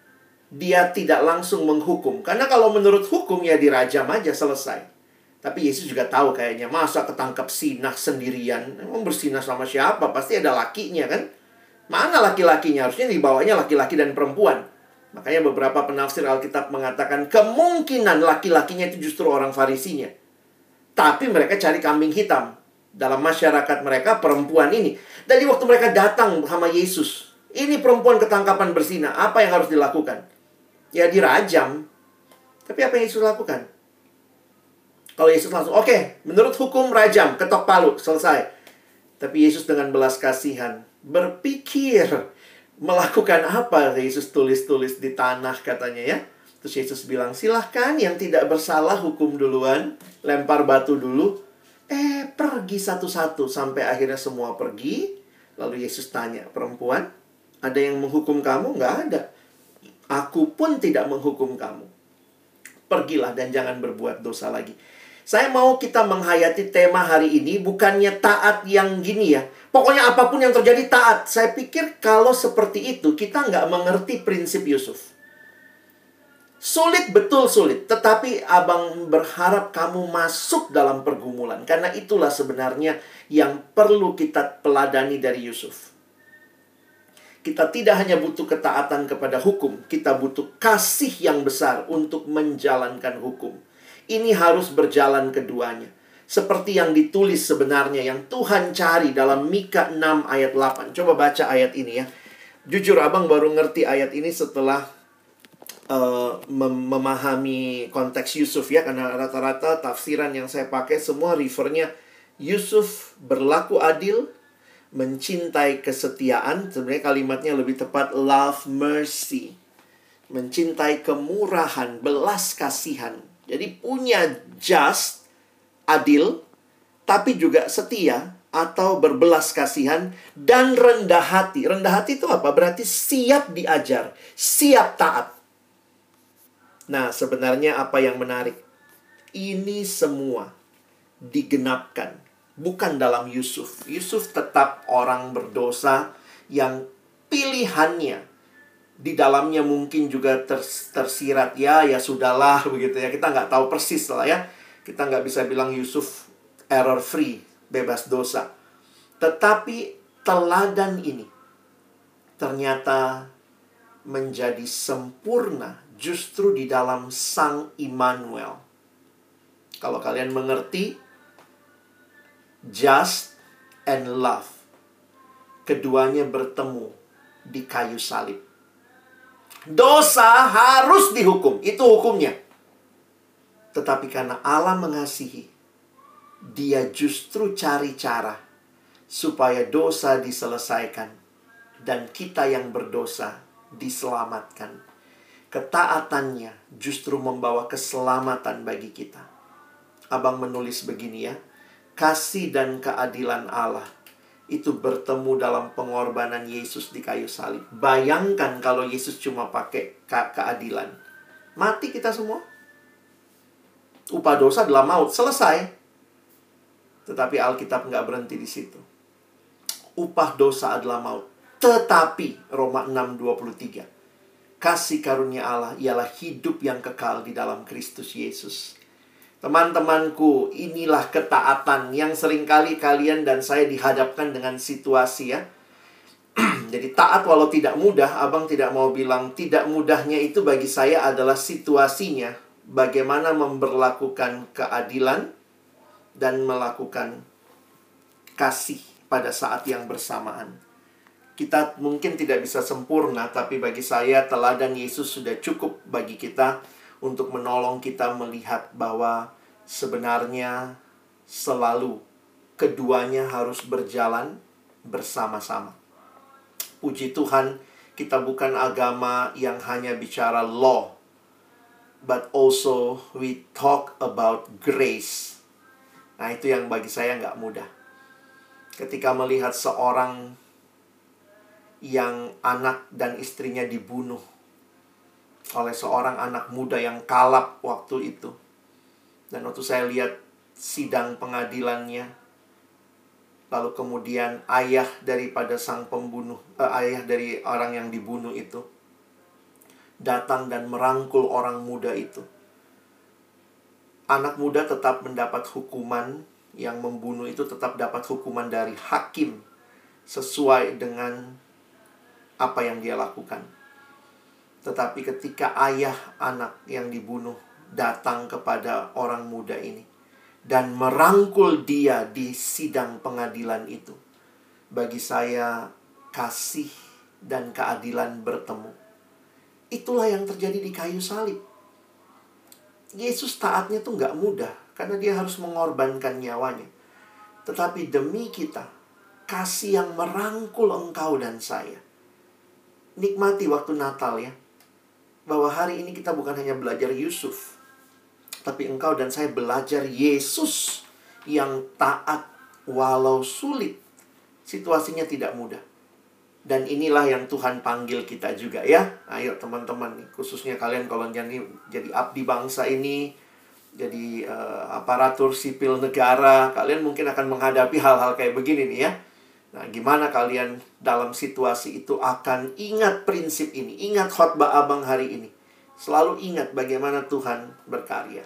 [SPEAKER 1] dia tidak langsung menghukum. Karena kalau menurut hukum ya dirajam aja, selesai. Tapi Yesus juga tahu kayaknya, masa ketangkap sinah sendirian? Emang bersinah sama siapa? Pasti ada lakinya kan? Mana laki-lakinya? Harusnya dibawanya laki-laki dan perempuan. Makanya beberapa penafsir Alkitab mengatakan kemungkinan laki-lakinya itu justru orang Farisinya. Tapi mereka cari kambing hitam. Dalam masyarakat mereka, perempuan ini. Jadi waktu mereka datang sama Yesus, ini perempuan ketangkapan bersinah, apa yang harus dilakukan? Ya dirajam. Tapi apa yang Yesus lakukan? Kalau Yesus langsung, oke, okay, menurut hukum rajam, ketok palu, selesai. Tapi Yesus dengan belas kasihan berpikir melakukan apa? Yesus tulis-tulis di tanah katanya ya. Terus Yesus bilang, silahkan yang tidak bersalah hukum duluan, lempar batu dulu. Eh, pergi satu-satu sampai akhirnya semua pergi. Lalu Yesus tanya, perempuan, ada yang menghukum kamu? Nggak ada. Aku pun tidak menghukum kamu. Pergilah dan jangan berbuat dosa lagi. Saya mau kita menghayati tema hari ini bukannya taat yang gini ya. Pokoknya apapun yang terjadi taat. Saya pikir kalau seperti itu kita nggak mengerti prinsip Yusuf. Sulit, betul sulit. Tetapi abang berharap kamu masuk dalam pergumulan. Karena itulah sebenarnya yang perlu kita peladani dari Yusuf. Kita tidak hanya butuh ketaatan kepada hukum, kita butuh kasih yang besar untuk menjalankan hukum. Ini harus berjalan keduanya. Seperti yang ditulis sebenarnya, yang Tuhan cari dalam Mika enam ayat delapan. Coba baca ayat ini ya. Jujur abang baru ngerti ayat ini setelah uh, mem memahami konteks Yusuf ya. Karena rata-rata tafsiran yang saya pakai semua refernya Yusuf berlaku adil, mencintai kesetiaan. Sebenarnya kalimatnya lebih tepat love mercy. Mencintai kemurahan, belas kasihan. Jadi punya just, adil, tapi juga setia atau berbelas kasihan dan rendah hati. Rendah hati itu apa? Berarti siap diajar, siap taat. Nah, sebenarnya apa yang menarik? Ini semua digenapkan. Bukan dalam Yusuf. Yusuf tetap orang berdosa yang pilihannya di dalamnya mungkin juga ters tersirat ya, ya sudahlah begitu ya. Kita nggak tahu persis lah ya. Kita nggak bisa bilang Yusuf error free, bebas dosa. Tetapi teladan ini ternyata menjadi sempurna justru di dalam Sang Immanuel. Kalau kalian mengerti just and love, keduanya bertemu di kayu salib. Dosa harus dihukum, itu hukumnya. Tetapi karena Allah mengasihi, Dia justru cari cara supaya dosa diselesaikan dan kita yang berdosa diselamatkan. Ketaatannya justru membawa keselamatan bagi kita. Abang menulis begini ya, kasih dan keadilan Allah itu bertemu dalam pengorbanan Yesus di kayu salib. Bayangkan kalau Yesus cuma pakai ke keadilan. Mati kita semua. Upah dosa adalah maut. Selesai. Tetapi Alkitab nggak berhenti di situ. Upah dosa adalah maut. Tetapi, Roma enam dua puluh tiga. Kasih karunia Allah ialah hidup yang kekal di dalam Kristus Yesus. Teman-temanku, inilah ketaatan yang seringkali kalian dan saya dihadapkan dengan situasi ya. Jadi taat walau tidak mudah, abang tidak mau bilang tidak mudahnya itu bagi saya adalah situasinya. Bagaimana memberlakukan keadilan dan melakukan kasih pada saat yang bersamaan. Kita mungkin tidak bisa sempurna, tapi bagi saya teladan Yesus sudah cukup bagi kita untuk menolong kita melihat bahwa sebenarnya selalu keduanya harus berjalan bersama-sama. Puji Tuhan, kita bukan agama yang hanya bicara law, but also we talk about grace. Nah, itu yang bagi saya nggak mudah. Ketika melihat seorang yang anak dan istrinya dibunuh oleh seorang anak muda yang kalap waktu itu. Dan waktu saya lihat sidang pengadilannya, lalu kemudian ayah daripada sang pembunuh, eh, ayah dari orang yang dibunuh itu datang dan merangkul orang muda itu. Anak muda tetap mendapat hukuman, yang membunuh itu tetap dapat hukuman dari hakim sesuai dengan apa yang dia lakukan. Tetapi ketika ayah anak yang dibunuh datang kepada orang muda ini dan merangkul dia di sidang pengadilan itu, bagi saya kasih dan keadilan bertemu. Itulah yang terjadi di kayu salib. Yesus taatnya tuh nggak mudah, karena dia harus mengorbankan nyawanya. Tetapi demi kita, kasih yang merangkul engkau dan saya. Nikmati waktu Natal ya, bahwa hari ini kita bukan hanya belajar Yusuf, tapi engkau dan saya belajar Yesus yang taat walau sulit. Situasinya tidak mudah. Dan inilah yang Tuhan panggil kita juga ya. Ayo teman-teman nih, khususnya kalian kalau jadi, jadi abdi bangsa ini, jadi uh, aparatur sipil negara, kalian mungkin akan menghadapi hal-hal kayak begini nih ya. Nah, gimana kalian dalam situasi itu akan ingat prinsip ini, ingat khotbah abang hari ini. Selalu ingat bagaimana Tuhan berkarya.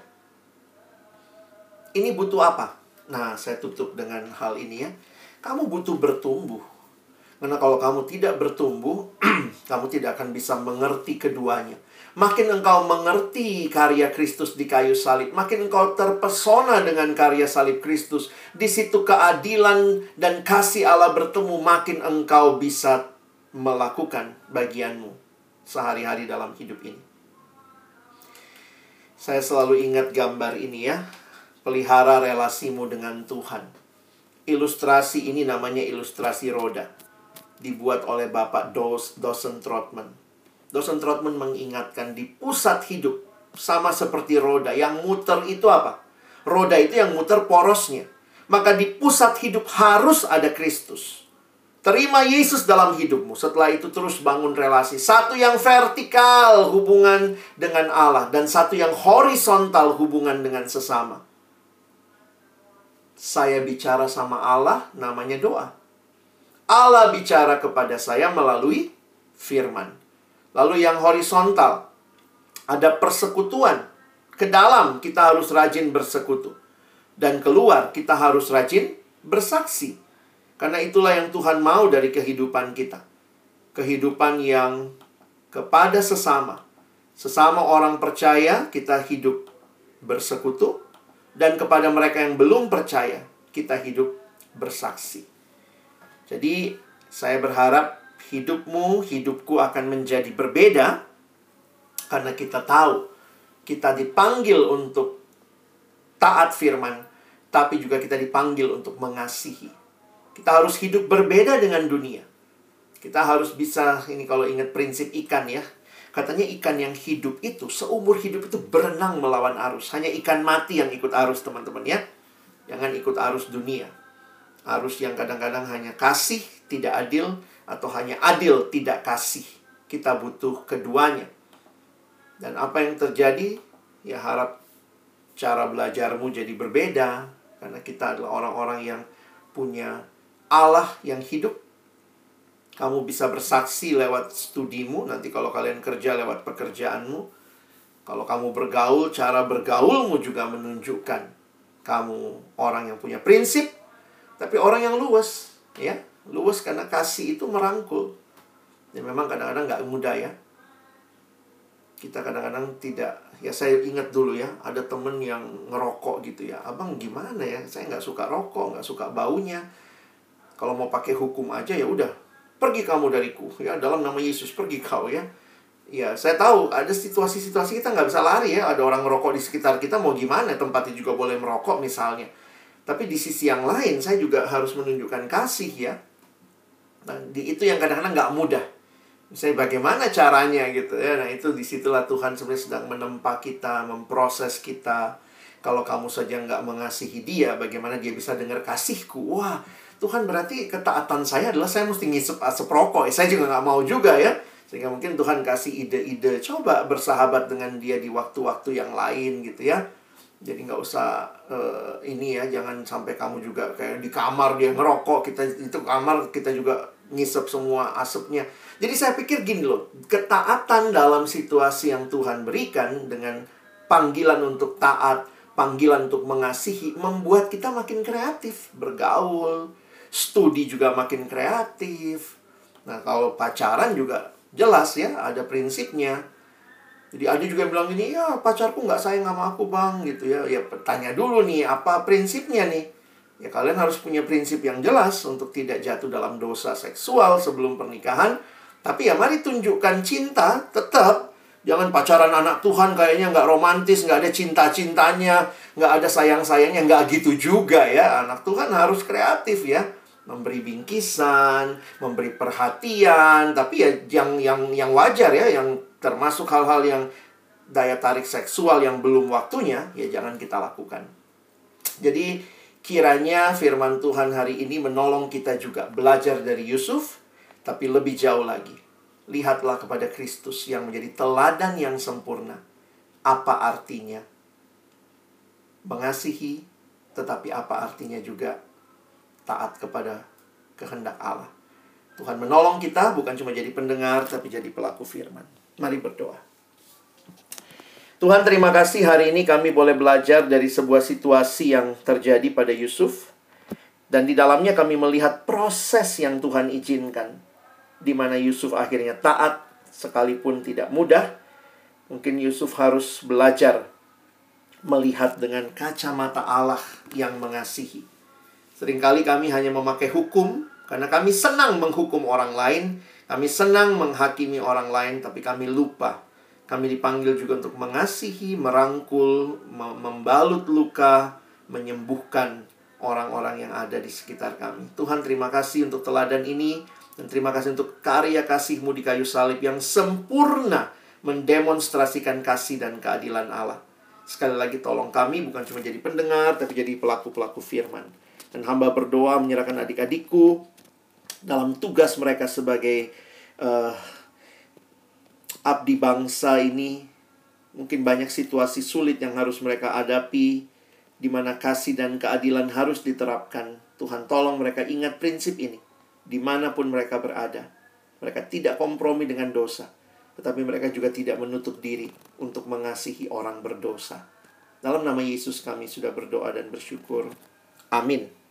[SPEAKER 1] Ini butuh apa? Nah, saya tutup dengan hal ini ya. Kamu butuh bertumbuh. Karena kalau kamu tidak bertumbuh, kamu tidak akan bisa mengerti keduanya. Makin engkau mengerti karya Kristus di kayu salib, makin engkau terpesona dengan karya salib Kristus. Di situ keadilan dan kasih Allah bertemu, makin engkau bisa melakukan bagianmu sehari-hari dalam hidup ini. Saya selalu ingat gambar ini ya. Pelihara relasimu dengan Tuhan. Ilustrasi ini namanya ilustrasi roda. Dibuat oleh Bapak Dawson Trotman. Dawson Trotman mengingatkan di pusat hidup sama seperti roda. Yang muter itu apa? Roda itu yang muter porosnya. Maka di pusat hidup harus ada Kristus. Terima Yesus dalam hidupmu. Setelah itu terus bangun relasi. Satu yang vertikal hubungan dengan Allah. Dan satu yang horizontal hubungan dengan sesama. Saya bicara sama Allah, namanya doa. Allah bicara kepada saya melalui firman. Lalu yang horizontal, ada persekutuan. Ke dalam kita harus rajin bersekutu. Dan keluar kita harus rajin bersaksi. Karena itulah yang Tuhan mau dari kehidupan kita. Kehidupan yang kepada sesama. Sesama orang percaya kita hidup bersekutu. Dan kepada mereka yang belum percaya kita hidup bersaksi. Jadi saya berharap hidupmu, hidupku akan menjadi berbeda. Karena kita tahu kita dipanggil untuk taat firman, tapi juga kita dipanggil untuk mengasihi. Kita harus hidup berbeda dengan dunia. Kita harus bisa, ini kalau ingat prinsip ikan ya. Katanya ikan yang hidup itu, seumur hidup itu berenang melawan arus. Hanya ikan mati yang ikut arus teman-teman ya. Jangan ikut arus dunia. Arus yang kadang-kadang hanya kasih, tidak adil, atau hanya adil, tidak kasih. Kita butuh keduanya. Dan apa yang terjadi, ya harap cara belajarmu jadi berbeda. Karena kita adalah orang-orang yang punya Allah yang hidup. Kamu bisa bersaksi lewat studimu. Nanti kalau kalian kerja lewat pekerjaanmu. Kalau kamu bergaul, cara bergaulmu juga menunjukkan kamu orang yang punya prinsip. Tapi orang yang luwes, ya, luwes karena kasih itu merangkul. Dan memang kadang-kadang nggak mudah ya. Kita kadang-kadang tidak, ya saya ingat dulu ya, ada temen yang ngerokok gitu ya. Abang gimana ya, saya nggak suka rokok, nggak suka baunya. Kalau mau pakai hukum aja ya udah, pergi kamu dariku, ya dalam nama Yesus pergi kau ya. Ya saya tahu ada situasi-situasi kita nggak bisa lari ya. Ada orang ngerokok di sekitar kita, mau gimana, tempatnya juga boleh merokok misalnya. Tapi di sisi yang lain, saya juga harus menunjukkan kasih ya. Nah, di itu yang kadang-kadang nggak mudah. Misalnya bagaimana caranya gitu ya. Nah, itu disitulah Tuhan sebenarnya sedang menempa kita, memproses kita. Kalau kamu saja nggak mengasihi dia, bagaimana dia bisa dengar kasihku? Wah, Tuhan berarti ketaatan saya adalah saya mesti ngisep asap rokok. Saya juga nggak mau juga ya. Sehingga mungkin Tuhan kasih ide-ide. Coba bersahabat dengan dia di waktu-waktu yang lain gitu ya. Jadi nggak usah uh, ini ya, jangan sampai kamu juga kayak di kamar dia ngerokok, kita itu kamar kita juga ngisep semua asapnya. Jadi saya pikir gini loh, ketaatan dalam situasi yang Tuhan berikan dengan panggilan untuk taat, panggilan untuk mengasihi, membuat kita makin kreatif, bergaul, studi juga makin kreatif. Nah, kalau pacaran juga jelas ya, ada prinsipnya. Jadi ada juga yang bilang gini, ya pacarku nggak sayang sama aku bang, gitu ya. Ya tanya dulu nih, apa prinsipnya nih? Ya kalian harus punya prinsip yang jelas untuk tidak jatuh dalam dosa seksual sebelum pernikahan. Tapi ya mari tunjukkan cinta tetap. Jangan pacaran anak Tuhan kayaknya nggak romantis, nggak ada cinta-cintanya, nggak ada sayang-sayangnya, nggak gitu juga ya. Anak Tuhan harus kreatif ya. Memberi bingkisan, memberi perhatian, tapi ya yang yang yang wajar ya, yang termasuk hal-hal yang daya tarik seksual yang belum waktunya, ya jangan kita lakukan. Jadi kiranya firman Tuhan hari ini menolong kita juga belajar dari Yusuf, tapi lebih jauh lagi. Lihatlah kepada Kristus yang menjadi teladan yang sempurna. Apa artinya mengasihi, tetapi apa artinya juga taat kepada kehendak Allah. Tuhan menolong kita bukan cuma jadi pendengar, tapi jadi pelaku firman. Mari berdoa. Tuhan, terima kasih hari ini kami boleh belajar dari sebuah situasi yang terjadi pada Yusuf. Dan di dalamnya kami melihat proses yang Tuhan izinkan, di mana Yusuf akhirnya taat sekalipun tidak mudah. Mungkin Yusuf harus belajar melihat dengan kacamata Allah yang mengasihi. Seringkali kami hanya memakai hukum karena kami senang menghukum orang lain, kami senang menghakimi orang lain, tapi kami lupa. Kami dipanggil juga untuk mengasihi, merangkul, membalut luka, menyembuhkan orang-orang yang ada di sekitar kami. Tuhan, terima kasih untuk teladan ini, dan terima kasih untuk karya kasih-Mu di kayu salib yang sempurna mendemonstrasikan kasih dan keadilan Allah. Sekali lagi tolong kami bukan cuma jadi pendengar, tapi jadi pelaku-pelaku firman. Dan hamba berdoa menyerahkan adik-adikku dalam tugas mereka sebagai uh, abdi bangsa ini. Mungkin banyak situasi sulit yang harus mereka hadapi, di mana kasih dan keadilan harus diterapkan. Tuhan, tolong mereka ingat prinsip ini dimanapun mereka berada. Mereka tidak kompromi dengan dosa, tetapi mereka juga tidak menutup diri untuk mengasihi orang berdosa. Dalam nama Yesus kami sudah berdoa dan bersyukur. Amin.